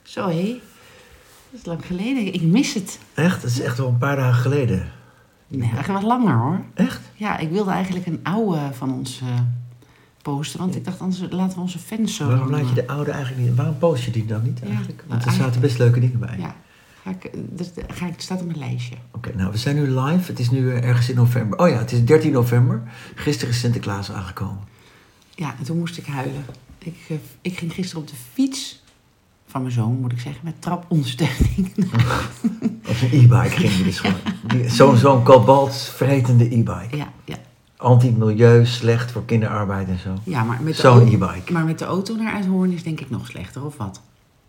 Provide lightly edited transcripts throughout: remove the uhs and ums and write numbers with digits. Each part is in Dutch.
Zo hé, dat is lang geleden. Ik mis het. Echt? Dat is echt wel een paar dagen geleden. Nee, eigenlijk wat langer hoor. Echt? Ja, ik wilde eigenlijk een oude van ons posten. Want ik dacht, anders laten we onze fans zo... Waarom laat je de oude eigenlijk niet? Waarom post je die dan niet eigenlijk? Ja, Want er zaten best leuke dingen bij. Ja, het staat op mijn lijstje. Oké, nou we zijn nu live. Het is nu ergens in november. Oh ja, het is 13 november. Gisteren is Sinterklaas aangekomen. Ja, en toen moest ik huilen. Ik ging gisteren op de fiets van mijn zoon, moet ik zeggen, met trapondersteuning. Op een e-bike ging je dus gewoon. Zo'n kobaltvretende e-bike. Ja. Anti-milieu, slecht voor kinderarbeid en zo. Ja, maar met zo'n e-bike. Maar met de auto naar Uithoorn is denk ik nog slechter, of wat?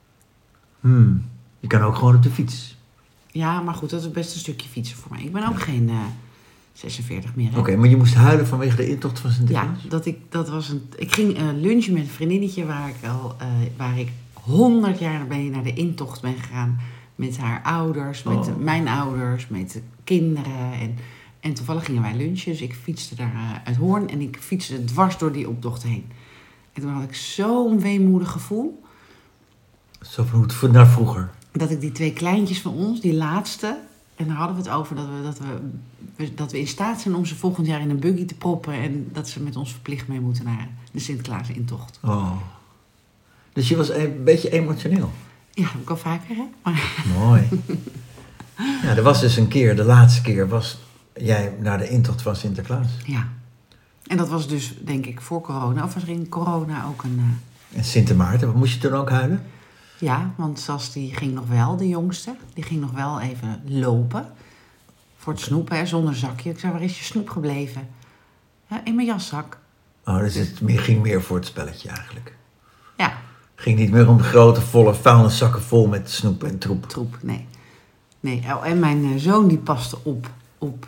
Je kan ook gewoon op de fiets. Ja, maar goed, dat is best een stukje fietsen voor mij. Ik ben ook geen 46 meer. Oké, maar je moest huilen vanwege de intocht van Sinterklaas? Ja, ik ging lunchen met een vriendinnetje waar ik 100 jaar naar de intocht ben gegaan. Met haar ouders, met mijn ouders, met de kinderen. En toevallig gingen wij lunchen, dus ik fietste daar uit Hoorn en ik fietste dwars door die optocht heen. En toen had ik zo'n weemoedig gevoel. Zo van naar vroeger. Dat ik die 2 kleintjes van ons, die laatste, en daar hadden we het over dat we in staat zijn om ze volgend jaar in een buggy te proppen en dat ze met ons verplicht mee moeten naar de Sinterklaas-intocht. Oh. Dus je was een beetje emotioneel? Ja, dat heb ik al vaker, hè? Maar... Mooi. Ja, er was dus een keer, de laatste keer was jij naar de intocht van Sinterklaas. Ja. En dat was dus, denk ik, voor corona. Of was er in corona ook een... En Sint Maarten, moest je toen ook huilen? Ja, want Sas die ging nog wel, de jongste, die ging nog wel even lopen. Voor het snoep, hè, zonder zakje. Ik zei, waar is je snoep gebleven? Ja, in mijn jaszak. Oh, dus het ging meer voor het spelletje eigenlijk. Ja. Het ging niet meer om grote, volle vuilniszakken vol met snoep en troep. Nee. Oh, en mijn zoon die paste op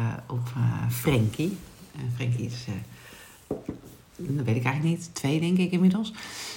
Frankie. Frankie is, dat weet ik eigenlijk niet, 2 denk ik inmiddels.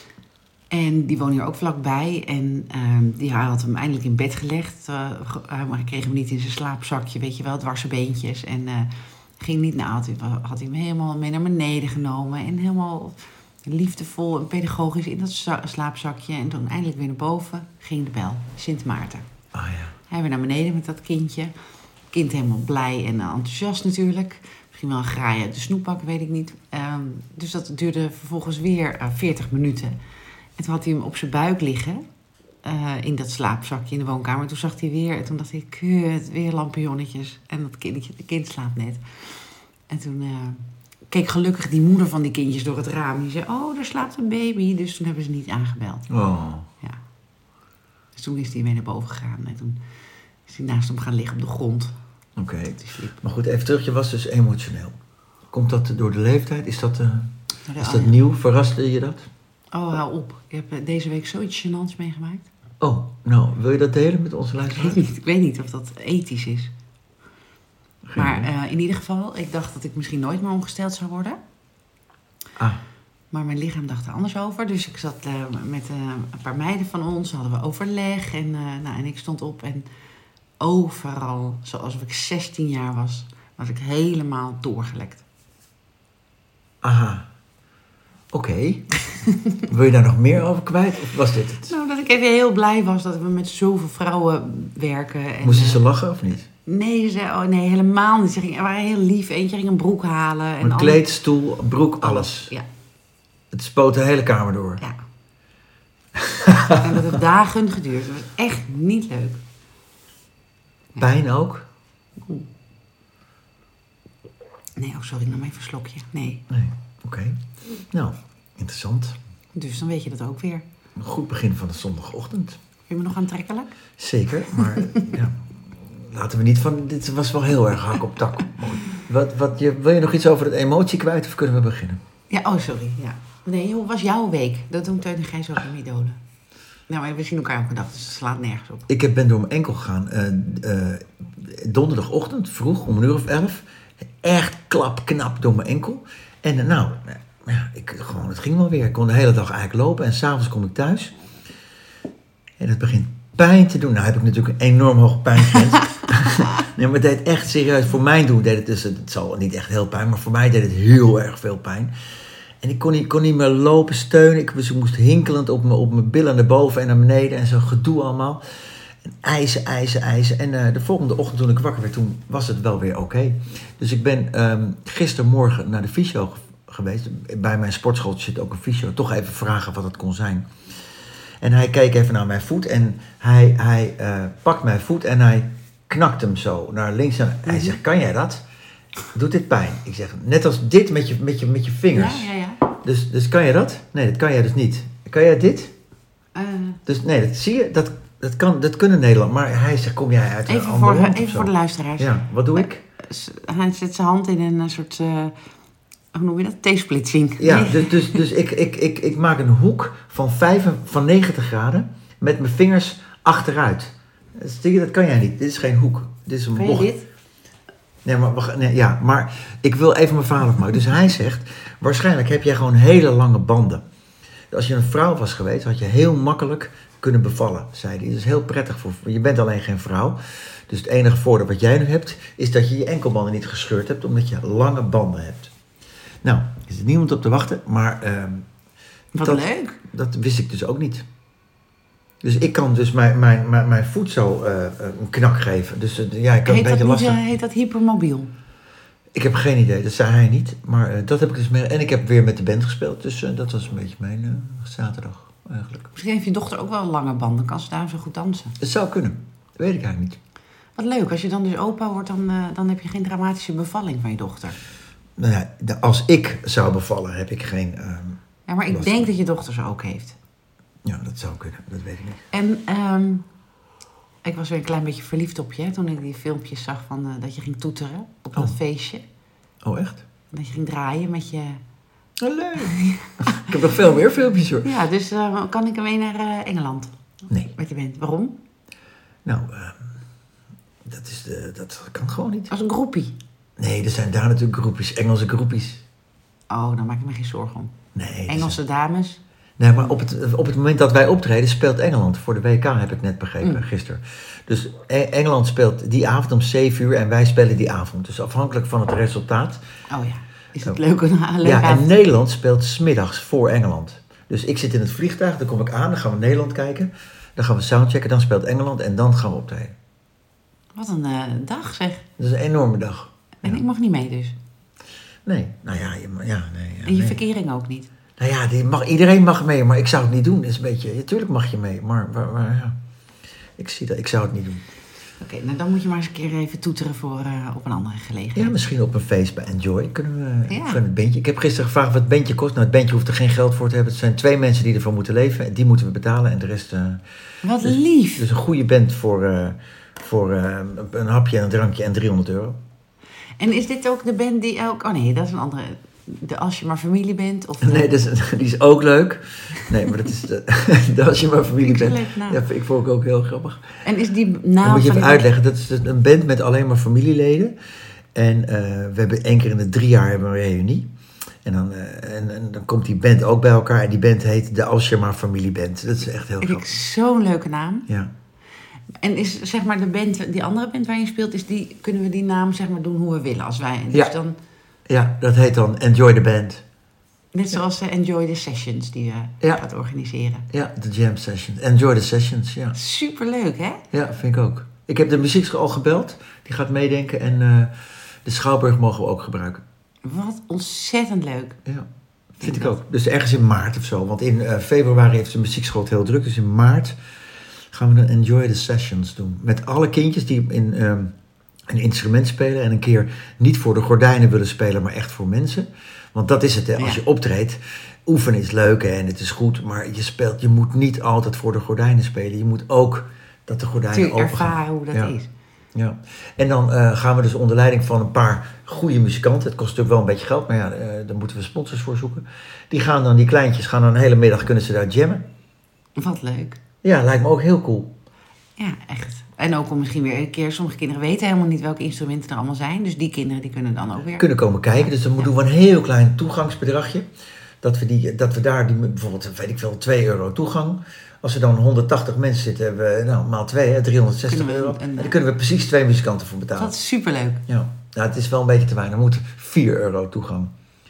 En die woont hier ook vlakbij. En die had hem eindelijk in bed gelegd. Maar hij kreeg hem niet in zijn slaapzakje, weet je wel, dwarse beentjes. En ging niet naar had hij hem helemaal mee naar beneden genomen. En helemaal liefdevol en pedagogisch in dat slaapzakje. En toen eindelijk weer naar boven ging de bel. Sint Maarten. Ah ja. Hij weer naar beneden met dat kindje. Kind helemaal blij en enthousiast natuurlijk. Misschien wel een graai uit de snoepbak, weet ik niet. Dus dat duurde vervolgens weer 40 minuten. En toen had hij hem op zijn buik liggen. In dat slaapzakje in de woonkamer. Toen zag hij weer. En toen dacht hij, kut, weer lampionnetjes. En dat kind slaapt net. En toen keek gelukkig die moeder van die kindjes door het raam. Die zei, oh, daar slaapt een baby. Dus toen hebben ze niet aangebeld. Oh. Ja. Dus toen is hij weer naar boven gegaan. En toen is hij naast hem gaan liggen op de grond. Oké. Maar goed, even terug. Je was dus emotioneel. Komt dat door de leeftijd? Is dat nieuw? Verraste je dat? Oh, hou op. Ik heb deze week zoiets gênants meegemaakt. Oh, nou, wil je dat delen met onze luisteraars? Ik weet niet of dat ethisch is. Maar in ieder geval, ik dacht dat ik misschien nooit meer ongesteld zou worden. Ah. Maar mijn lichaam dacht er anders over. Dus ik zat met een paar meiden van ons, hadden we overleg. En ik stond op en overal, zoals ik 16 jaar was ik helemaal doorgelekt. Aha. Oké. Wil je daar nog meer over kwijt? Of was dit het? Nou, dat ik even heel blij was dat we met zoveel vrouwen werken. En, moesten ze lachen of niet? Nee, nee, helemaal niet. Ze waren heel lief. Eentje ging een broek halen. Een kleed, stoel, broek, alles. Ja. Het spoot de hele kamer door. Ja. En dat heeft dagen geduurd. Dat was echt niet leuk. Ja. Pijn ook? Nee, sorry, nog even een slokje. Nee. Oké. Nou, interessant. Dus dan weet je dat ook weer. Een goed begin van de zondagochtend. Vind je me nog aantrekkelijk? Zeker, maar ja, laten we niet van... Dit was wel heel erg hak op tak. Wil je nog iets over de emotie kwijt of kunnen we beginnen? Ja, sorry. Ja. Nee, hoe was jouw week? Dat doen Teun en Gijs ook in Idolen. Nou, maar we zien elkaar elke dag, dus het slaat nergens op. Ik ben door mijn enkel gegaan. Donderdagochtend, vroeg, om 11:00. Echt knap door mijn enkel. En het ging wel weer. Ik kon de hele dag eigenlijk lopen. En s'avonds kom ik thuis. En het begint pijn te doen. Nou heb ik natuurlijk een enorm hoge pijngrens. Nee, maar het deed echt serieus. Voor mijn doen deed het dus... Het zal niet echt heel pijn, maar voor mij deed het heel erg veel pijn. En ik kon niet meer lopen, steunen. Ik moest hinkelend op mijn billen naar boven en naar beneden. En zo'n gedoe allemaal. En eisen. En de volgende ochtend toen ik wakker werd, toen was het wel weer oké. Dus ik ben gistermorgen naar de fysio geweest. Bij mijn sportschool zit ook een fysio. Toch even vragen wat het kon zijn. En hij keek even naar mijn voet. En hij pakt mijn voet en hij knakt hem zo naar links. En hij zegt, kan jij dat? Doet dit pijn? Ik zeg, net als dit met je vingers. Ja. Dus kan je dat? Nee, dat kan jij dus niet. Kan jij dit? Dus nee, dat zie je, dat kunnen Nederland. Maar hij zegt, kom jij uit een ander land of Even zo? voor de luisteraars. Ja, wat doe ik? Hij zet zijn hand in een soort, hoe noem je dat? T-splitsing. Ja, dus ik maak een hoek van 90 graden met mijn vingers achteruit. Zie je, dat kan jij niet. Dit is geen hoek. Dit is een bocht. Kan je dit? Nee, maar ik wil even mijn verhaal afmaken. Dus hij zegt, waarschijnlijk heb jij gewoon hele lange banden. Als je een vrouw was geweest, had je heel makkelijk kunnen bevallen, zei hij. Dat is heel prettig voor je bent alleen geen vrouw. Dus het enige voordeel wat jij nu hebt, is dat je je enkelbanden niet gescheurd hebt, omdat je lange banden hebt. Nou, er is niemand op te wachten, maar Wat leuk. Dat wist ik dus ook niet. Dus ik kan dus mijn voet zo een knak geven. Dus ja, ik kan een beetje lastig. Heet dat hypermobiel? Ik heb geen idee, dat zei hij niet. Maar dat heb ik dus mee. En ik heb weer met de band gespeeld. Dus dat was een beetje mijn zaterdag eigenlijk. Misschien heeft je dochter ook wel lange banden. Kan ze daarom zo goed dansen? Het zou kunnen. Dat weet ik eigenlijk niet. Wat leuk. Als je dan dus opa wordt, dan heb je geen dramatische bevalling van je dochter. Nou ja, als ik zou bevallen, heb ik geen... Ja, maar ik last denk van. dat je dochter ze ook heeft. Ja, dat zou kunnen. Dat weet ik niet. En ik was weer een klein beetje verliefd op je, hè, toen ik die filmpjes zag van dat je ging toeteren op dat feestje. Oh, echt? Dat je ging draaien met je... Oh, leuk. Ik heb nog veel meer filmpjes hoor. Ja, dus kan ik hem mee naar Engeland? Nee. Met je bent. Waarom? Nou, dat kan gewoon niet. Als een groepie. Nee, er zijn daar natuurlijk groepjes, Engelse groepjes. Oh, daar maak ik me geen zorgen om. Nee. Engelse dames. Nee, maar op het moment dat wij optreden speelt Engeland voor de WK, heb ik net begrepen, gisteren. Dus Engeland speelt die avond om 7 uur en wij spelen die avond. Dus afhankelijk van het resultaat. Oh ja, is het leuk? Ja, en Nederland speelt 's middags voor Engeland. Dus ik zit in het vliegtuig, dan kom ik aan, dan gaan we Nederland kijken. Dan gaan we soundchecken, dan speelt Engeland en dan gaan we optreden. Wat een dag zeg. Dat is een enorme dag. En ik mag niet mee dus. Nee, nou ja, En je verkering ook niet. Nou ja, iedereen mag mee, maar ik zou het niet doen. Dat is een beetje, natuurlijk mag je mee, maar ja. Ik zou het niet doen. Oké, nou dan moet je maar eens een keer even toeteren voor op een andere gelegenheid. Ja, misschien op een feest bij Enjoy kunnen we Ja. van het bandje. Ik heb gisteren gevraagd wat het bandje kost. Nou, het bandje hoeft er geen geld voor te hebben. Het zijn 2 mensen die ervan moeten leven. En die moeten we betalen en de rest... Wat lief. Dus een goede band voor een hapje en een drankje en €300. En is dit ook de band die ook... Oh nee, dat is een andere... Als je maar familie bent? Of Nee, die is ook leuk. Nee, maar dat is als je maar familie bent. Leuk naam. Ja, ik vond het ook heel grappig. En is die naam Dan moet je van even uitleggen. Dat is een band met alleen maar familieleden. En we hebben 1 keer in de 3 jaar hebben we een reunie. En dan komt die band ook bij elkaar. En die band heet de Als je maar familie bent. Dat is echt heel Ik grappig. zo'n leuke naam. Ja. En is zeg maar de band, die andere band waar je speelt, kunnen we die naam zeg maar doen hoe we willen als wij. Dus Ja. dan, Ja, dat heet dan Enjoy the Band. net zoals Enjoy the Sessions die we Ja. gaat organiseren. Ja, de jam sessions. Enjoy the sessions, ja. Superleuk, hè? Ja, vind ik ook. Ik heb de muziekschool al gebeld. Die gaat meedenken. En de Schouwburg mogen we ook gebruiken. Wat ontzettend leuk. Ja, vind ik ook. Dus ergens in maart of zo. Want in februari heeft de muziekschool het heel druk. Dus in maart gaan we een Enjoy the Sessions doen. Met alle kindjes die een instrument spelen. En een keer niet voor de gordijnen willen spelen, maar echt voor mensen. Want dat is het, hè. Als je optreedt, oefenen is leuk hè, en het is goed. Maar je moet niet altijd voor de gordijnen spelen. Je moet ook dat de gordijnen open gaan. Ervaren hoe dat is. Ja, en dan gaan we dus onder leiding van een paar goede muzikanten. Het kost natuurlijk wel een beetje geld, maar ja, daar moeten we sponsors voor zoeken. Die kleintjes gaan dan een hele middag, kunnen ze daar jammen. Wat leuk. Ja, lijkt me ook heel cool. Ja, echt. En ook om misschien weer een keer, sommige kinderen weten helemaal niet welke instrumenten er allemaal zijn. Dus die kinderen die kunnen dan ook weer... Kunnen komen kijken, dus dan doen we een heel klein toegangsbedragje. Dat we daar bijvoorbeeld, weet ik veel, €2 toegang. Als er dan 180 mensen zitten, hebben we maal 2, hè, €360. En daar kunnen we precies 2 muzikanten voor betalen. Dat is superleuk. Ja, nou, het is wel een beetje te weinig. We moeten €4 toegang.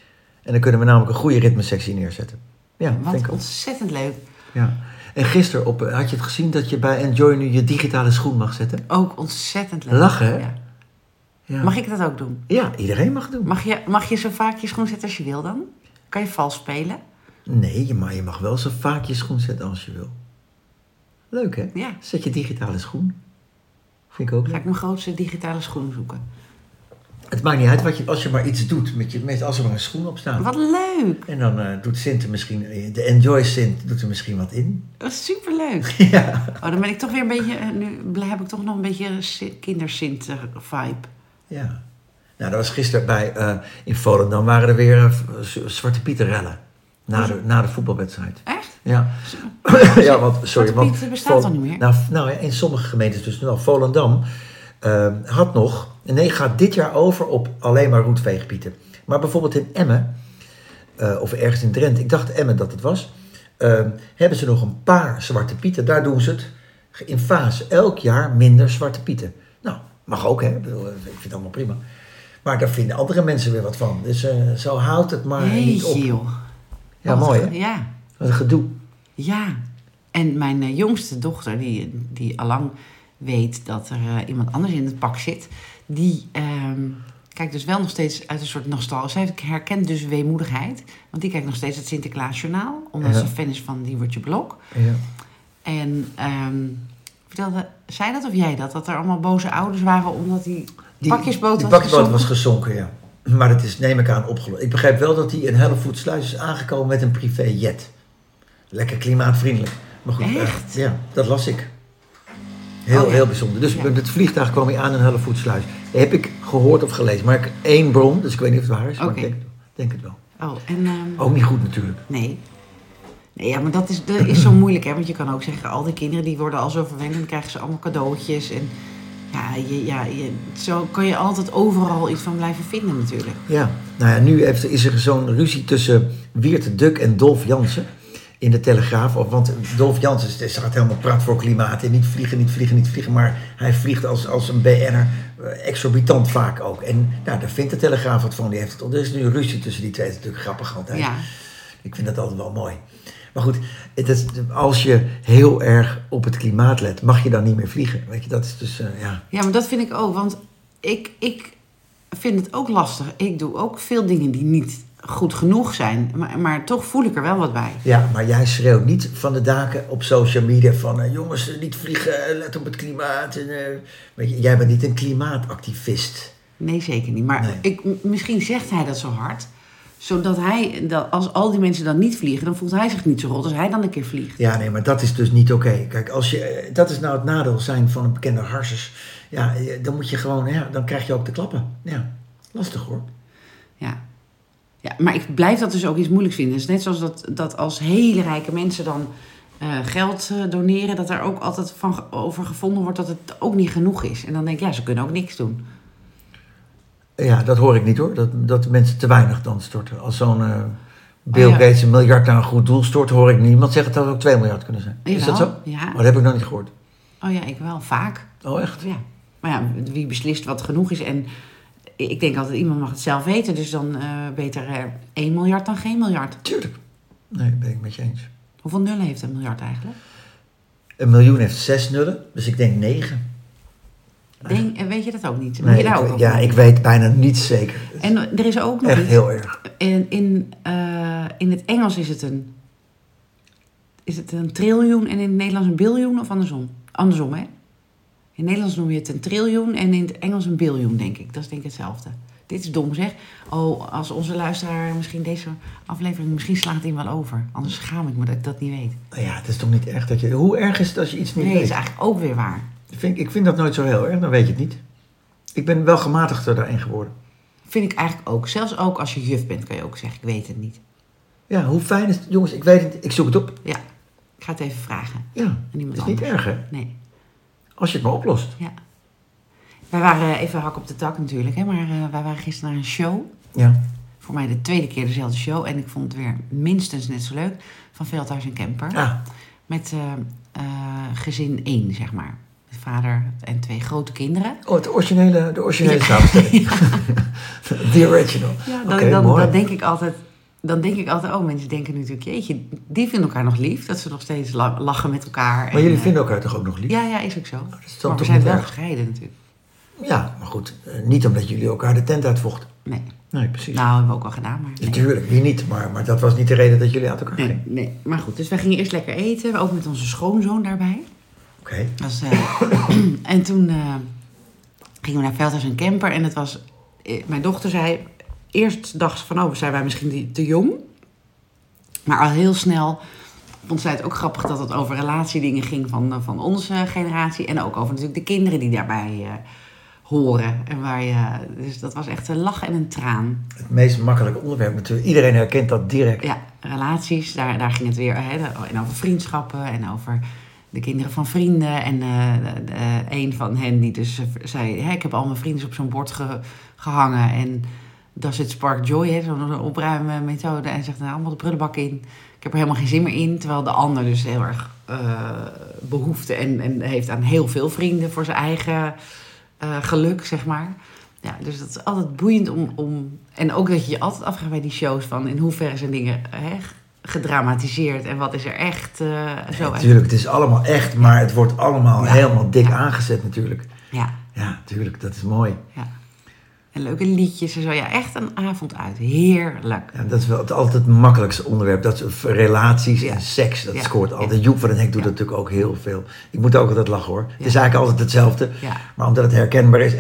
En dan kunnen we namelijk een goede ritmesectie neerzetten. Ja, Wat vind ik ook. ontzettend leuk. Ja. En gisteren had je het gezien dat je bij Enjoy nu je digitale schoen mag zetten? Ook ontzettend leuk. Lachen, hè? Ja. Ja. Mag ik dat ook doen? Ja, iedereen mag het doen. Mag je zo vaak je schoen zetten als je wil dan? Kan je vals spelen? Nee, maar je mag wel zo vaak je schoen zetten als je wil. Leuk, hè? Ja. Zet je digitale schoen. Vind ik ook Ga leuk. ik mijn grootste digitale schoen zoeken. Het maakt niet uit als je maar iets doet. Als er maar een schoen op staat. Wat leuk. En dan doet Sint er misschien... De Enjoy Sint doet er misschien wat in. Dat is superleuk. Ja. Oh, dan ben ik toch weer een beetje... Nu heb ik toch nog een beetje kindersint vibe. Ja. Nou, dat was gisteren in Volendam waren er weer Zwarte Pieter rellen. Na de voetbalwedstrijd. Echt? Ja. Ja, want... Sorry, Zwarte Piet bestaat al niet meer? Nou ja, in sommige gemeentes dus nu al. Volendam had nog... Nee, gaat dit jaar over op alleen maar roetveegpieten. Maar bijvoorbeeld in Emmen... of ergens in Drenthe, ik dacht Emmen dat het was... hebben ze nog een paar Zwarte Pieten. Daar doen ze het in fase. Elk jaar minder Zwarte Pieten. Nou, mag ook, hè. Ik vind het allemaal prima. Maar daar vinden andere mensen weer wat van. Dus zo houdt het maar niet op. Joh. Ja, mooi, hè? Ja. Wat een gedoe. Ja. En mijn jongste dochter, die allang weet dat er iemand anders in het pak zit... die kijkt dus wel nog steeds uit een soort nostalgie. Zij herkent dus weemoedigheid. Want die kijkt nog steeds het Sinterklaasjournaal. Omdat ze fan is van Diewertje Blok. Ja. En vertelde zij dat of jij dat? Dat er allemaal boze ouders waren omdat die pakjesboot die was pakjesboot was gezonken, ja. Maar dat is, neem ik aan, opgelost. Ik begrijp wel dat hij in Hellevoetsluis is aangekomen met een privéjet. Lekker klimaatvriendelijk. Maar goed, echt? Ja, dat las ik. Heel bijzonder. Dus met het vliegtuig kwam hij aan in Hellevoetsluis. Dat heb ik gehoord of gelezen. Maar ik heb 1 bron, dus ik weet niet of het waar is. Maar ik denk het wel. Oh, en, ook niet goed natuurlijk. Nee, ja, maar dat is zo moeilijk, hè. Want je kan ook zeggen, al die kinderen die worden al zo verwend... en dan krijgen ze allemaal cadeautjes. En zo kan je altijd overal iets van blijven vinden natuurlijk. Ja, nou ja, nu is er zo'n ruzie tussen Wiert Duk en Dolf Jansen... in de Telegraaf. Want Dolf Jansen gaat helemaal praat voor klimaat. En niet vliegen. Maar hij vliegt als een BN'er exorbitant vaak ook. En nou, daar vindt de Telegraaf wat van. Er is nu een ruzie tussen die twee. Dat is natuurlijk grappig altijd. Ja. Ik vind dat altijd wel mooi. Maar goed, als je heel erg op het klimaat let, mag je dan niet meer vliegen. Weet je, dat is dus, ja. Ja, maar dat vind ik ook. Want ik vind het ook lastig. Ik doe ook veel dingen die niet goed genoeg zijn. Maar toch voel ik er wel wat bij. Ja, maar jij schreeuwt niet van de daken op social media van... jongens, niet vliegen, let op het klimaat. En, weet je, jij bent niet een klimaatactivist. Nee, zeker niet. Maar misschien zegt hij dat zo hard... zodat als al die mensen dan niet vliegen... dan voelt hij zich niet zo rot als hij dan een keer vliegt. Ja, nee, maar dat is dus niet oké. Kijk, dat is nou het nadeel zijn van een bekende harses. Ja, dan moet je gewoon... Ja, dan krijg je ook de klappen. Ja, lastig hoor. Ja, maar ik blijf dat dus ook iets moeilijks vinden. Het is net zoals dat als hele rijke mensen dan geld doneren... dat er ook altijd over gevonden wordt dat het ook niet genoeg is. En dan denk ik, ze kunnen ook niks doen. Ja, dat hoor ik niet hoor. Dat de mensen te weinig dan storten. Als zo'n Bill Gates $1 miljard naar een goed doel stort... hoor ik niemand zeggen dat het ook 2 miljard kunnen zijn. Is dat zo? Ja. Maar dat heb ik nog niet gehoord. Oh ja, ik wel. Vaak. Oh, echt? Ja. Maar ja, wie beslist wat genoeg is... en ik denk altijd, iemand mag het zelf weten. Dus dan beter 1 miljard dan geen miljard. Tuurlijk. Nee, dat ben ik met je eens. Hoeveel nullen heeft een miljard eigenlijk? 1 miljoen heeft 6 nullen. Dus ik denk 9. Weet je dat ook niet? Nee, ik weet bijna niet zeker. En er is ook nog echt iets. Heel erg. En in het Engels is het een triljoen en in het Nederlands een biljoen of andersom? Andersom, hè? In het Nederlands noem je het een triljoen en in het Engels een biljoen, denk ik. Dat is denk ik hetzelfde. Dit is dom, zeg. Oh, als onze luisteraar misschien deze aflevering... misschien slaat hij wel over. Anders schaam ik me dat ik dat niet weet. Nou ja, het is toch niet echt dat je... Hoe erg is het als je iets niet weet? Nee, is eigenlijk ook weer waar. Ik vind dat nooit zo heel erg, dan weet je het niet. Ik ben wel gematigder daarin geworden. Vind ik eigenlijk ook. Zelfs ook als je juf bent, kan je ook zeggen, ik weet het niet. Ja, hoe fijn is het? Jongens, ik weet het, ik zoek het op. Ja, ik ga het even vragen. Ja, het is niet erg, hè? Nee. Als je het maar oplost. Ja. Wij waren even hak op de tak natuurlijk, hè, maar wij waren gisteren naar een show. Ja. Voor mij de 2e keer dezelfde show. En ik vond het weer minstens net zo leuk. Van Veldhuis en Kemper. Ah. Met gezin 1, zeg maar. Met vader en 2 grote kinderen. Oh, de originele samenstelling. The original. Ja, dan denk ik altijd... dan denk ik altijd, mensen denken nu natuurlijk, jeetje, die vinden elkaar nog lief. Dat ze nog steeds lachen met elkaar. Maar jullie vinden elkaar toch ook nog lief? Ja, is ook zo. Dat is dan maar we toch zijn niet wel erg? gescheiden natuurlijk. Ja, maar goed. Niet omdat jullie elkaar de tent uitvochten. Nee. Nee, precies. Nou, hebben we ook al gedaan, maar nee. Natuurlijk, wie niet. Maar dat was niet de reden dat jullie uit elkaar gingen. Nee, maar goed. Dus wij gingen eerst lekker eten. Ook met onze schoonzoon daarbij. Oké. En toen gingen we naar Veldhuis en Camper. En het was... mijn dochter zei... Eerst dacht ze van... zijn wij misschien te jong? Maar al heel snel vond zij het ook grappig dat het over relatiedingen ging van onze generatie. En ook over natuurlijk de kinderen die daarbij horen. En dus dat was echt een lach en een traan. Het meest makkelijke onderwerp natuurlijk. Iedereen herkent dat direct. Ja, relaties. Daar ging het weer. En over vriendschappen en over de kinderen van vrienden. En een van hen die dus zei... ik heb al mijn vrienden op zo'n bord gehangen. En daar zit Spark Joy, zo'n opruimen methode. En zegt allemaal de prullenbak in. Ik heb er helemaal geen zin meer in. Terwijl de ander dus heel erg behoefte en heeft aan heel veel vrienden voor zijn eigen geluk, zeg maar. Ja, dus dat is altijd boeiend om... En ook dat je je altijd afvraagt bij die shows van... in hoeverre zijn dingen gedramatiseerd en wat is er echt zo... Natuurlijk, het is allemaal echt, maar het wordt allemaal helemaal dik aangezet natuurlijk. Ja. Ja, natuurlijk, dat is mooi. Ja. En leuke liedjes en zo. Ja, echt een avond uit. Heerlijk. Ja, dat is wel altijd het makkelijkste onderwerp. Dat is relaties en seks. Dat scoort altijd. Joep van den Hek doet dat natuurlijk ook heel veel. Ik moet ook altijd lachen hoor. Het is eigenlijk altijd hetzelfde. Ja. Maar omdat het herkenbaar is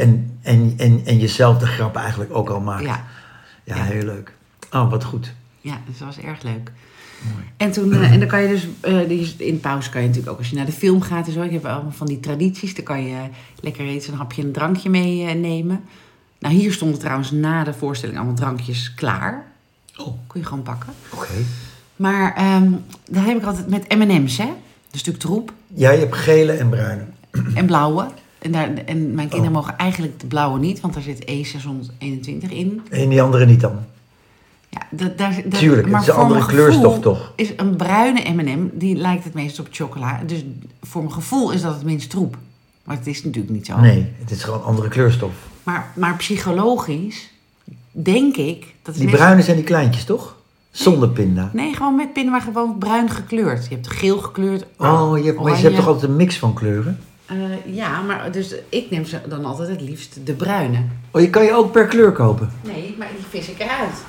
en jezelf de grap eigenlijk ook al maakt. Ja, heel leuk. Oh, wat goed. Ja, dus dat was erg leuk. Mooi. En toen, en dan kan je dus, in pauze kan je natuurlijk ook als je naar de film gaat en zo. Ik heb allemaal van die tradities. Dan kan je lekker eens een hapje en een drankje meenemen. Nou, hier stonden trouwens na de voorstelling allemaal drankjes klaar. Oh. Kon je gewoon pakken. Oké. Maar daar heb ik altijd met M&M's, hè. Een stuk troep. Ja, je hebt gele en bruine. En blauwe. En mijn kinderen mogen eigenlijk de blauwe niet, want daar zit E621 in. En die andere niet dan? Ja, Tuurlijk, maar het is een andere kleurstof toch? Is een bruine M&M, die lijkt het meest op chocola. Dus voor mijn gevoel is dat het minst troep. Maar het is natuurlijk niet zo. Nee, het is gewoon een andere kleurstof. Maar psychologisch denk ik... dat Die bruine zijn die kleintjes, toch? Zonder pinda. Nee, gewoon met pinda, maar gewoon bruin gekleurd. Je hebt geel gekleurd. Maar je hebt toch altijd een mix van kleuren? Ja, maar dus ik neem ze dan altijd het liefst de bruine. Oh, je kan je ook per kleur kopen? Nee, maar die vis ik eruit.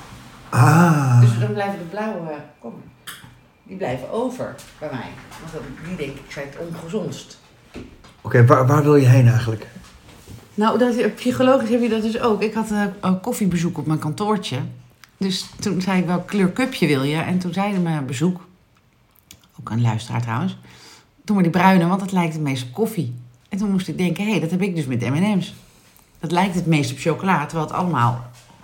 Ah. Dus dan blijven de blauwe... die blijven over bij mij. Want die denk ik zijn het ongezondst. Oké, waar wil je heen eigenlijk? Nou, psychologisch heb je dat dus ook. Ik had een koffiebezoek op mijn kantoortje. Dus toen zei ik, welk kleur cupje wil je? En toen zeiden mijn bezoek, ook een luisteraar trouwens, doe maar die bruine, want dat lijkt het meest op koffie. En toen moest ik denken, dat heb ik dus met M&M's. Dat lijkt het meest op chocola, terwijl het allemaal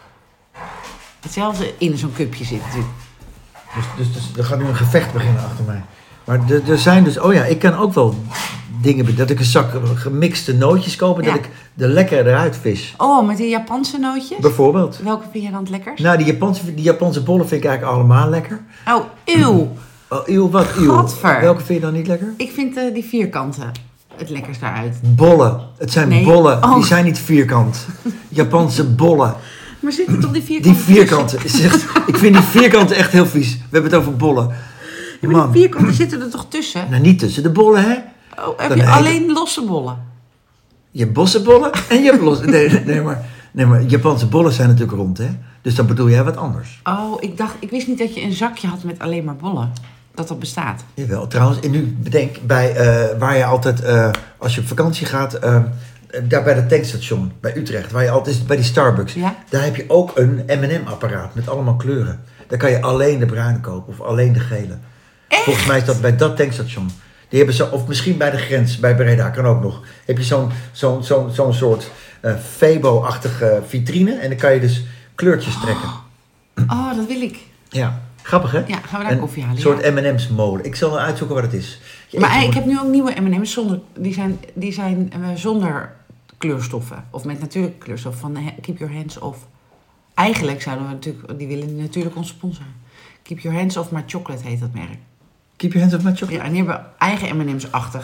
hetzelfde in zo'n cupje zit natuurlijk. Dus er gaat nu een gevecht beginnen achter mij. Maar er zijn dus... Oh ja, ik kan ook wel dingen... Dat ik een zak gemixte nootjes koop en dat ik de lekkere eruit vis. Oh, met die Japanse nootjes? Bijvoorbeeld. Welke vind je dan het lekkerst? Nou, die Japanse bollen vind ik eigenlijk allemaal lekker. Oh, eeuw. Oh, eeuw, wat eeuw? Gadver. Welke vind je dan niet lekker? Ik vind die vierkanten het lekkerst daaruit. Bollen. Het zijn bollen. Oh. Die zijn niet vierkant. Japanse bollen. Maar zitten toch die vierkanten? Die vierkanten. Ik vind die vierkanten echt heel vies. We hebben het over bollen. Ja, maar die vierkanten zitten er toch tussen? Nou, niet tussen de bollen, hè? Oh, heb je alleen losse bollen? Je hebt bossenbollen en je hebt losse... Nee, maar Japanse bollen zijn natuurlijk rond, hè? Dus dan bedoel jij wat anders. Oh, ik wist niet dat je een zakje had met alleen maar bollen. Dat bestaat. Jawel, trouwens. En nu bedenk, waar je altijd, als je op vakantie gaat... daar bij het tankstation, bij Utrecht, waar je altijd is, bij die Starbucks. Ja? Daar heb je ook een M&M-apparaat met allemaal kleuren. Daar kan je alleen de bruine kopen of alleen de gele. Echt? Volgens mij is dat bij dat tankstation. Die hebben zo, of misschien bij de grens, bij Breda, kan ook nog. Heb je zo'n soort Febo-achtige vitrine en dan kan je dus kleurtjes trekken. Oh, dat wil ik. Ja, grappig hè? Ja, gaan we daar koffie halen? Een soort M&M's mode. Ik zal uitzoeken wat het is. Maar ik heb nu ook nieuwe M&M's zonder, die zijn zonder kleurstoffen. Of met natuurlijke kleurstoffen van Keep Your Hands Off. Eigenlijk zouden we natuurlijk, die willen natuurlijk ons sponsoren. Keep Your Hands Off My Chocolate heet dat merk. Keep Your Hands Off My Chocolate? Ja, en die hebben eigen M&M's-achtig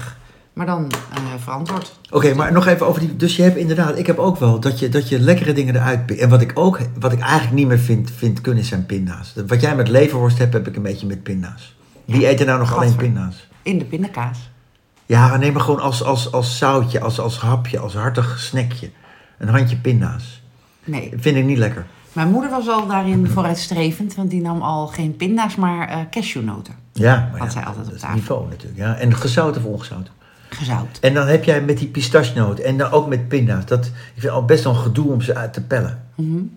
Maar dan verantwoord. Oké, maar nog even over die... Dus je hebt inderdaad... Ik heb ook wel dat je lekkere dingen eruit pikt. En wat ik eigenlijk niet meer vind kunnen zijn pinda's. Wat jij met leverworst hebt, heb ik een beetje met pinda's. Wie eet er nou nog alleen pinda's? In de pindakaas. Ja, neem maar gewoon als zoutje, als hapje, als hartig snackje. Een handje pinda's. Nee. Vind ik niet lekker. Mijn moeder was al daarin vooruitstrevend, want die nam al geen pinda's, maar cashewnoten. Ja, maar Had zij altijd op dat is tafel. niveau natuurlijk. Ja. En gezout of ongezout. Gezout. En dan heb jij met die pistachenoten en dan ook met pinda's. Ik vind het al best wel een gedoe om ze uit te pellen. Mm-hmm.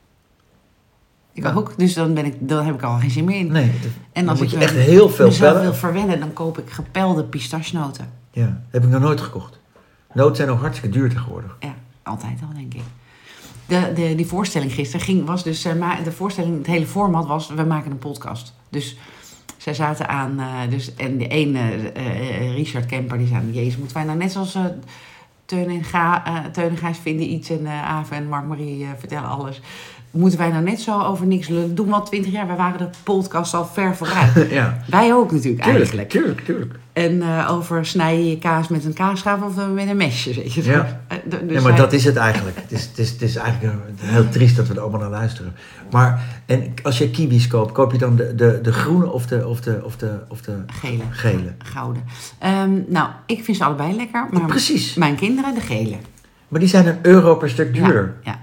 Ik ook, dus dan heb ik al geen zin meer in. Nee, En als moet ik je echt heel veel mezelf pellen. wil verwennen, dan koop ik gepelde pistachenoten. Ja, heb ik nog nooit gekocht. Noten zijn ook hartstikke duur tegenwoordig. Ja, altijd al, denk ik. Die voorstelling gisteren was dus... de voorstelling, het hele format was... We maken een podcast. Dus zij zaten aan... en de ene, Richard Kemper, die zei... Jezus, moeten wij nou net zoals Teun en Gijs vinden iets... en Aave en Mark-Marie vertellen alles... Moeten wij nou net zo over niks lullen? Doen we al 20 jaar. Wij waren de podcast al ver vooruit. Ja. Wij ook natuurlijk eigenlijk. Tuurlijk. En over snij je kaas met een kaasschaaf of met een mesje, weet je. Ja. Dus Nee, maar dat is het eigenlijk. Het is eigenlijk heel triest dat we er allemaal naar luisteren. Maar en als je kiwis koopt, koop je dan de groene of de gele? Gouden. Nou, ik vind ze allebei lekker. Maar Precies. Mijn kinderen de gele. Maar die zijn €1 per stuk duurder. Ja.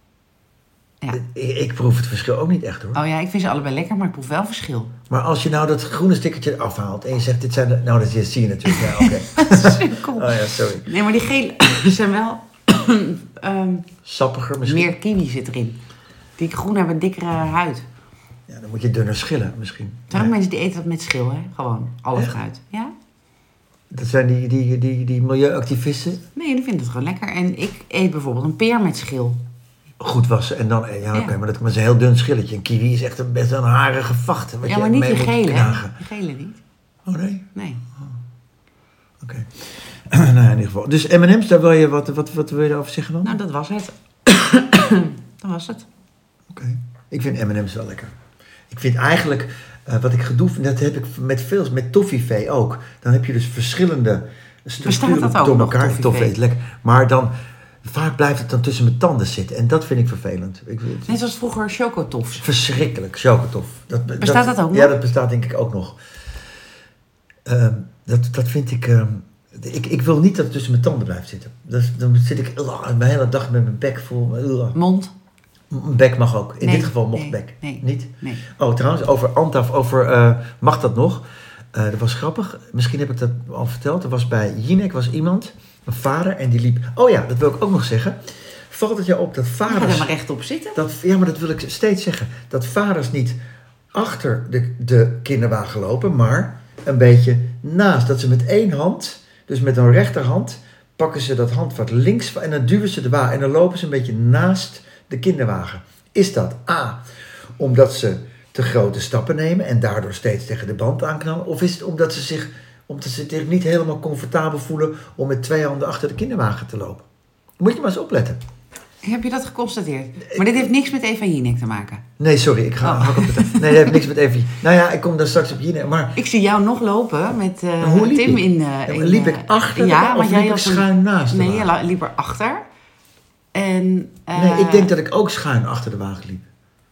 Ik proef het verschil ook niet echt hoor. Oh ja, ik vind ze allebei lekker, maar ik proef wel verschil. Maar als je nou dat groene stickertje afhaalt en je zegt dit zijn de... Nou, dat zie je natuurlijk. Ja, oké. Cool. Oh ja, sorry. Nee, maar die gele zijn wel... Sappiger misschien. Meer kiwi zit erin. Die groen hebben een dikkere huid. Ja, dan moet je dunner schillen misschien. Er zijn ook mensen die eten dat met schil, hè? Gewoon, alle fruit. Ja? Dat zijn die milieuactivisten. Nee, die vinden het gewoon lekker. En ik eet bijvoorbeeld een peer met schil. Goed wassen en dan... Ja, oké, maar dat is een heel dun schilletje. Een kiwi is echt best een harige vacht. Ja, maar niet die gele, hè? Die gele niet. Oh, nee? Nee. Oké. Nou, in ieder geval. Dus M&M's, daar wil je wat wil je daarover zeggen dan? Nou, dat was het. Dat was het. Oké. Ik vind M&M's wel lekker. Ik vind eigenlijk, wat ik gedoe vind, dat heb ik met toffifee ook. Dan heb je dus verschillende structuren door elkaar. Toffee is lekker. Maar dan, vaak blijft het dan tussen mijn tanden zitten. En dat vind ik vervelend. Net zoals vroeger chocotofs. Verschrikkelijk, chocotof. Bestaat dat ook nog? Ja, dat bestaat denk ik ook nog. Dat vind ik... Ik wil niet dat het tussen mijn tanden blijft zitten. Dan zit ik mijn hele dag met mijn bek vol. Mond? Bek mag ook. In dit geval mocht bek. Niet? Nee. Oh, trouwens, over Antaf, mag dat nog? Dat was grappig. Misschien heb ik dat al verteld. Er was bij Jinek iemand, een vader, en die liep... Oh ja, dat wil ik ook nog zeggen. Valt het jou op dat vaders... Je gaat er maar rechtop zitten. Ja, maar dat wil ik steeds zeggen. Dat vaders niet achter de kinderwagen lopen, maar een beetje naast. Dat ze met één hand, dus met een rechterhand, pakken ze dat handvat links en dan duwen ze de wagen en dan lopen ze een beetje naast de kinderwagen. Is dat A, omdat ze te grote stappen nemen en daardoor steeds tegen de band aanknallen? Of is het omdat ze zich niet helemaal comfortabel voelen om met twee handen achter de kinderwagen te lopen? Moet je maar eens opletten. Heb je dat geconstateerd? Maar dit heeft niks met Eva Jinek te maken. Nee, sorry, ik ga hak op het. Nee, dat heeft niks met Eva. Nou ja, ik kom daar straks op Jinek, maar... Ik zie jou nog lopen met Tim in... liep ik achter of liep ik schuin naast? Nee, je liep erachter. En... Nee, ik denk dat ik ook schuin achter de wagen liep.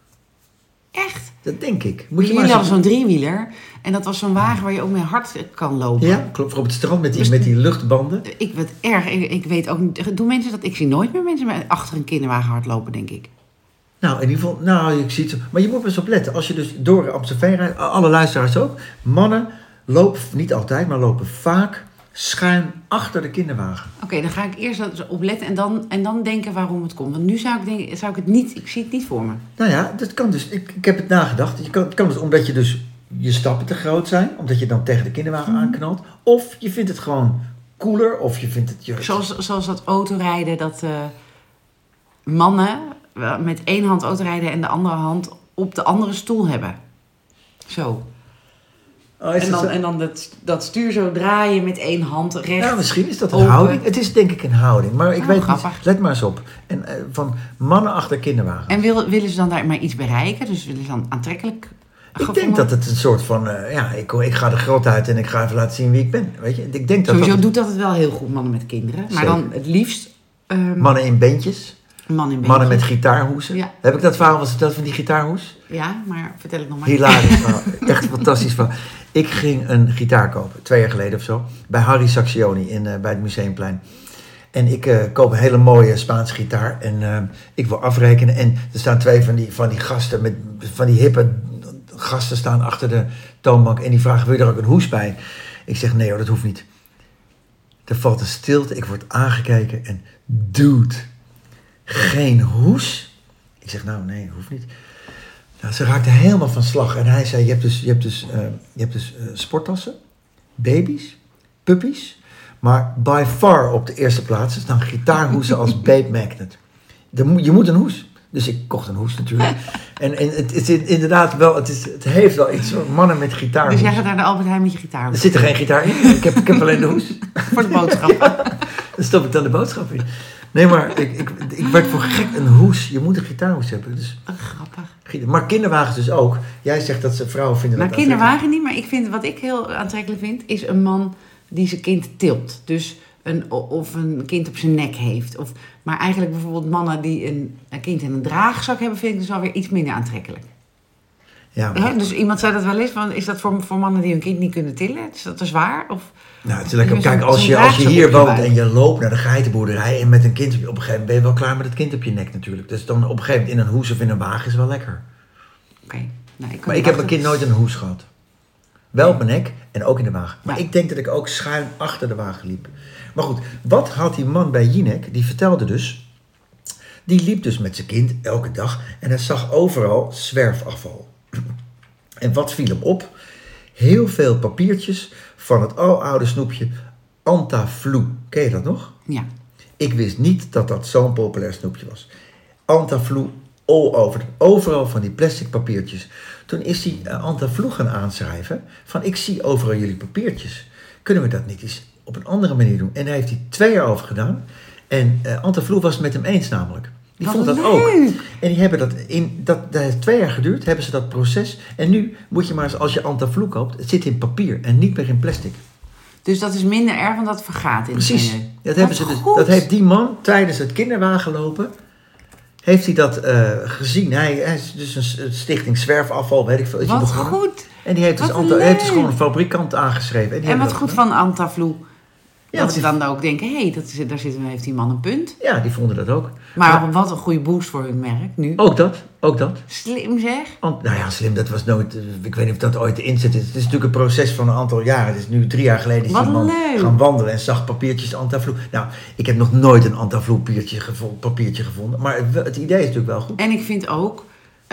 Echt? Dat denk ik. Jullie hadden zo'n driewieler. En dat was zo'n wagen waar je ook mee hard kan lopen. Ja, klopt. Voor op het strand met die luchtbanden. Ik werd erg. Ik weet ook niet... Doen mensen dat? Ik zie nooit meer mensen achter een kinderwagen hardlopen, denk ik. Nou, in ieder geval... ik zie het zo. Maar je moet er eens op letten. Als je dus door Amstelveen rijdt, alle luisteraars ook. Mannen lopen, niet altijd, maar lopen vaak schuin achter de kinderwagen. Oké, dan ga ik eerst op letten en dan denken waarom het komt. Want nu zou ik het niet... Ik zie het niet voor me. Nou ja, dat kan dus... Ik heb het nagedacht. Het kan dus omdat je dus... Je stappen te groot zijn, omdat je dan tegen de kinderwagen aanknalt. Of je vindt het gewoon cooler, of je vindt het... Zoals dat autorijden, dat mannen met één hand autorijden en de andere hand op de andere stoel hebben. Zo. Oh, en dan dat stuur zo draaien met één hand recht. Nou, misschien is dat een houding. Het is denk ik een houding, maar ik weet grappig. niet. Let maar eens op. En van mannen achter kinderwagen. En willen ze dan daar maar iets bereiken? Dus willen ze dan aantrekkelijk... Ik denk dat het een soort van, ik ga de grot uit en ik ga even laten zien wie ik ben. Weet je? Ik denk dat Sowieso doet dat het wel heel goed, mannen met kinderen. Maar dan het liefst... mannen in bandjes. Mannen met gitaarhoesen. Ja. Heb ik dat verhaal wel verteld van die gitaarhoes? Ja, maar vertel het nog maar. Hilarisch verhaal. Echt fantastisch verhaal. Ik ging een gitaar kopen, 2 jaar geleden of zo. Bij Harry Sacksioni bij het Museumplein. En ik koop een hele mooie Spaanse gitaar. En ik wil afrekenen. En er staan 2 van die gasten, van die hippe gasten staan achter de toonbank. En die vragen, wil je er ook een hoes bij? Ik zeg, nee hoor, dat hoeft niet. Er valt een stilte. Ik word aangekeken. En dude, geen hoes? Ik zeg, nou nee, hoeft niet. Nou, ze raakte helemaal van slag. En hij zei, je hebt dus sporttassen, baby's, puppies. Maar by far op de eerste plaats staan gitaarhoesen als babe magnet. Je moet een hoes. Dus ik kocht een hoes natuurlijk. En het is inderdaad wel, het heeft wel iets van mannen met gitaarhoes. Dus jij gaat naar de Albert Heijn met je gitaar. Er zit er geen gitaar in. Ik heb alleen de hoes. Voor de boodschappen. Dan stop ik dan de boodschap in. Nee, maar ik werd voor gek een hoes. Je moet een gitaarhoes hebben. Dus, grappig. maar kinderwagens dus ook. Jij zegt dat vrouwen vinden dat kinderwagen niet, maar ik vind, wat ik heel aantrekkelijk vind, is een man die zijn kind tilt. Dus of een kind op zijn nek heeft. Maar eigenlijk bijvoorbeeld mannen die een kind in een draagzak hebben, vind ik dus alweer iets minder aantrekkelijk. Ja, maar... Dus iemand zei dat wel eens, is dat voor mannen die hun kind niet kunnen tillen? Is dat te zwaar? Of... Nou, het is lekker. Kijk, als je hier woont en je loopt naar de geitenboerderij en met een kind, op een gegeven moment ben je wel klaar met het kind op je nek natuurlijk. Dus dan op een gegeven moment in een hoes of in een wagen is wel lekker. Oké. Nou, maar ik heb mijn kind nooit in een hoes gehad. Wel op mijn nek en ook in de wagen. Maar ik denk dat ik ook schuin achter de wagen liep. Maar goed, wat had die man bij Jinek? Die vertelde dus, die liep dus met zijn kind elke dag en hij zag overal zwerfafval. En wat viel hem op? Heel veel papiertjes van het aloude snoepje Antaflu. Ken je dat nog? Ja. Ik wist niet dat dat zo'n populair snoepje was. Antaflu all over. Overal van die plastic papiertjes. Toen is hij Antaflu gaan aanschrijven. Van, ik zie overal jullie papiertjes. Kunnen we dat niet eens op een andere manier doen? En daar heeft hij 2 jaar over gedaan. En Antaflu was het met hem eens namelijk. Die vond dat ook. En die hebben dat heeft 2 jaar geduurd, hebben ze dat proces. En nu moet je maar eens, als je Antaflu koopt, het zit in papier en niet meer in plastic. Dus dat is minder erg, want dat vergaat in Precies. de Dat heeft die man tijdens het kinderwagenlopen, heeft hij dat gezien. Hij is dus een stichting zwerfafval, weet ik veel. Wat goed. En die heeft dus gewoon een fabrikant aangeschreven. En wat goed van Antaflu. Ja, dat ze dan ook denken, daar heeft die man een punt. Ja, die vonden dat ook. Maar wat een goede boost voor hun merk nu. Ook dat. Slim zeg. Nou ja, slim, dat was nooit... Ik weet niet of dat ooit de inzet is. Het is natuurlijk een proces van een aantal jaren. Het is nu 3 jaar geleden is die man gaan wandelen en zag papiertjes Antaflu. Nou, ik heb nog nooit een Antaflu papiertje gevonden. Maar het idee is natuurlijk wel goed. En ik vind ook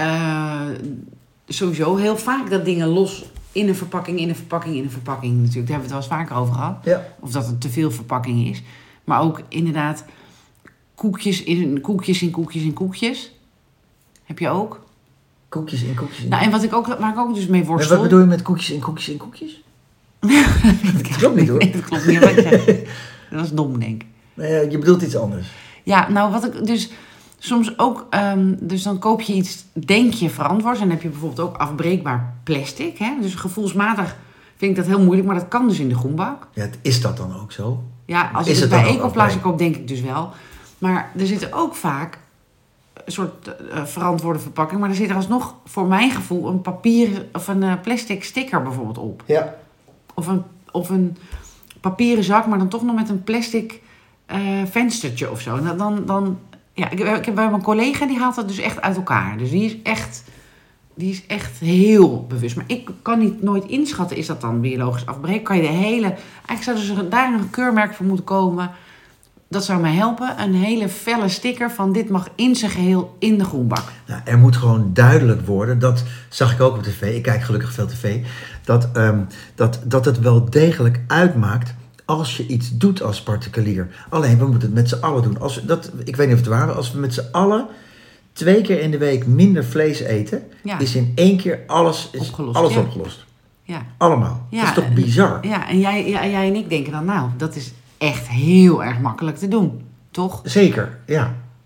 sowieso heel vaak dat dingen los... In een verpakking natuurlijk. Daar hebben we het wel eens vaker over gehad. Ja. Of dat het te veel verpakking is. Maar ook inderdaad koekjes in koekjes. Heb je ook? Koekjes in koekjes in. Nou, en waar ik ook dus mee worstel... Maar wat bedoel je met koekjes in koekjes? Dat klopt niet hoor. Nee, dat klopt niet wat je zegt. Dat was dom, denk ik. Nee, je bedoelt iets anders. Ja, nou wat ik dus... Soms ook, dus dan koop je iets, denk je verantwoord. En dan heb je bijvoorbeeld ook afbreekbaar plastic. Hè? Dus gevoelsmatig vind ik dat heel moeilijk, maar dat kan dus in de groenbak. Ja, is dat dan ook zo? Ja, als ik het bij Ecoplastic koop, denk ik dus wel. Maar er zitten ook vaak een soort verantwoorde verpakking. Maar er zit er alsnog, voor mijn gevoel, een papieren of een plastic sticker bijvoorbeeld op. Ja. Of een papieren zak, maar dan toch nog met een plastic venstertje of zo. Dan ja, ik heb bij mijn collega, die haalt dat dus echt uit elkaar. Dus die is echt heel bewust. Maar ik kan nooit inschatten, is dat dan biologisch afbreken? Kan je eigenlijk zou dus daar een keurmerk voor moeten komen. Dat zou mij helpen. Een hele felle sticker van dit mag in zijn geheel in de groenbak. Nou, er moet gewoon duidelijk worden, dat zag ik ook op tv, ik kijk gelukkig veel tv, dat het wel degelijk uitmaakt als je iets doet als particulier. Alleen, we moeten het met z'n allen doen. Ik weet niet of het waar is, als we met z'n allen 2 keer in de week minder vlees eten, is in 1 keer alles opgelost. Ja. Allemaal. Ja, dat is toch bizar? Ja, en jij en ik denken dan, nou, dat is echt heel erg makkelijk te doen. Toch? Zeker, ja.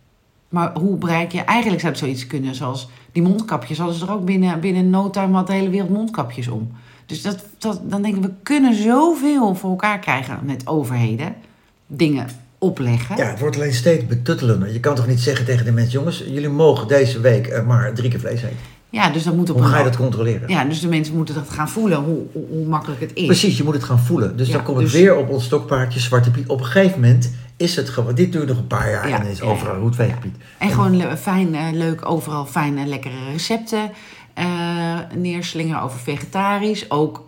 Maar hoe bereik je... Eigenlijk zou het zoiets kunnen zoals die mondkapjes. Hadden ze er ook binnen no time had de hele wereld mondkapjes om. Dus dan denken we kunnen zoveel voor elkaar krijgen met overheden. Dingen opleggen. Ja, het wordt alleen steeds betuttelender. Je kan toch niet zeggen tegen de mensen... jongens, jullie mogen deze week maar 3 keer vlees eten. Ja, dus dat moet op Hoe ga je dat controleren? Ja, dus de mensen moeten dat gaan voelen, hoe makkelijk het is. Precies, je moet het gaan voelen. Dus Ja, dan komt het weer op ons stokpaardje Zwarte Piet. Op een gegeven moment is het gewoon... Dit duurt nog een paar jaar en dan is overal Roetveeg Piet. En gewoon fijn, leuk, overal fijne, lekkere recepten neerslingeren over vegetarisch. Ook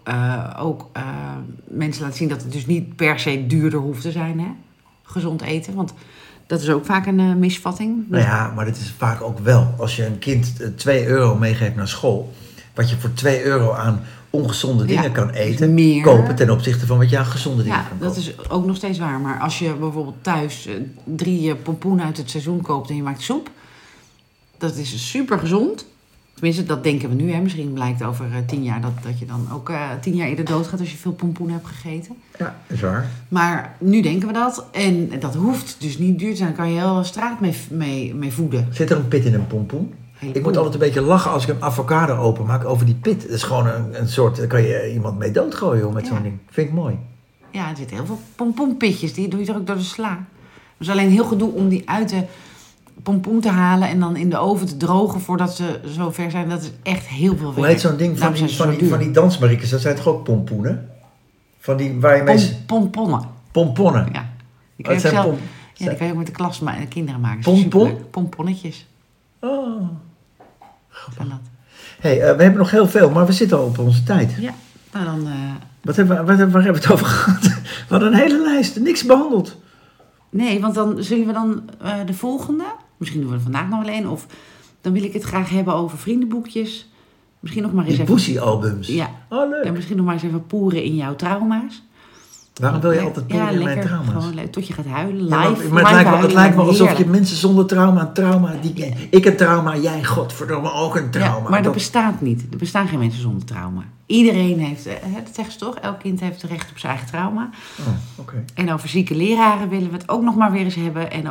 mensen laten zien dat het dus niet per se duurder hoeft te zijn, hè? Gezond eten, want dat is ook vaak een misvatting. Nou ja, maar dat is vaak ook wel. Als je een kind €2 meegeeft naar school... wat je voor €2 aan ongezonde dingen kan eten... meer kopen ten opzichte van wat je aan gezonde dingen kan kopen. Dat is ook nog steeds waar. Maar als je bijvoorbeeld thuis 3 pompoenen uit het seizoen koopt en je maakt soep... dat is super gezond. Tenminste, dat denken we nu. Hè. Misschien blijkt over 10 jaar dat je dan ook 10 jaar eerder doodgaat als je veel pompoenen hebt gegeten. Ja, dat is waar. Maar nu denken we dat. En dat hoeft dus niet duur te zijn. Daar kan je heel de straat mee voeden. Zit er een pit in een pompoen? Ik moet altijd een beetje lachen als ik een avocado openmaak over die pit. Dat is gewoon een soort... Daar kan je iemand mee doodgooien joh, met zo'n ding. Vind ik mooi. Ja, er zitten heel veel pompoenpitjes. Die doe je toch ook door de sla. Dus alleen heel gedoe om die uit de pompoen te halen... en dan in de oven te drogen voordat ze zo ver zijn. Dat is echt heel veel werk. Hoe heet zo'n ding van die dansmariekes? Dat zijn toch ook pompoenen? Van die waar je mee... Pomponnen. Pomponnen. Ja. Die kan je ook die kan je ook met de klas de kinderen maken. Pompon? Pomponnetjes. Oh. Van dat. Hey, we hebben nog heel veel, maar we zitten al op onze tijd. Ja, nou dan... Waar hebben we het over gehad? We hadden een hele lijst, niks behandeld. Nee, want dan zullen we dan de volgende... Misschien doen we er vandaag nog wel een. Of dan wil ik het graag hebben over vriendenboekjes. Misschien nog maar eens die even... Pussy-albums. Ja. Oh, leuk. En misschien nog maar eens even poeren in jouw trauma's. Waarom wil je altijd poeren in mijn trauma's? Gewoon tot je gaat huilen, live. Ja, maar het lijkt me alsof je mensen zonder trauma... Ik een trauma, jij godverdomme ook een trauma. Ja, maar dat bestaat niet. Er bestaan geen mensen zonder trauma. Iedereen heeft, dat zeggen ze toch, elk kind heeft recht op zijn eigen trauma. Oh, okay. En over zieke leraren willen we het ook nog maar weer eens hebben. En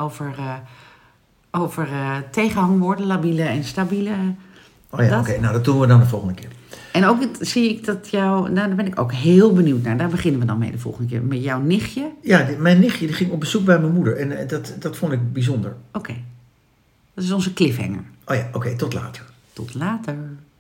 over tegenhangwoorden, labiele en stabiele. Oh ja, oké. Nou, dat doen we dan de volgende keer. En ook zie ik dat nou, daar ben ik ook heel benieuwd naar. Daar beginnen we dan mee de volgende keer. Met jouw nichtje. Ja, mijn nichtje die ging op bezoek bij mijn moeder. En dat vond ik bijzonder. Oké. Dat is onze cliffhanger. Oh ja, oké. Tot later. Tot later.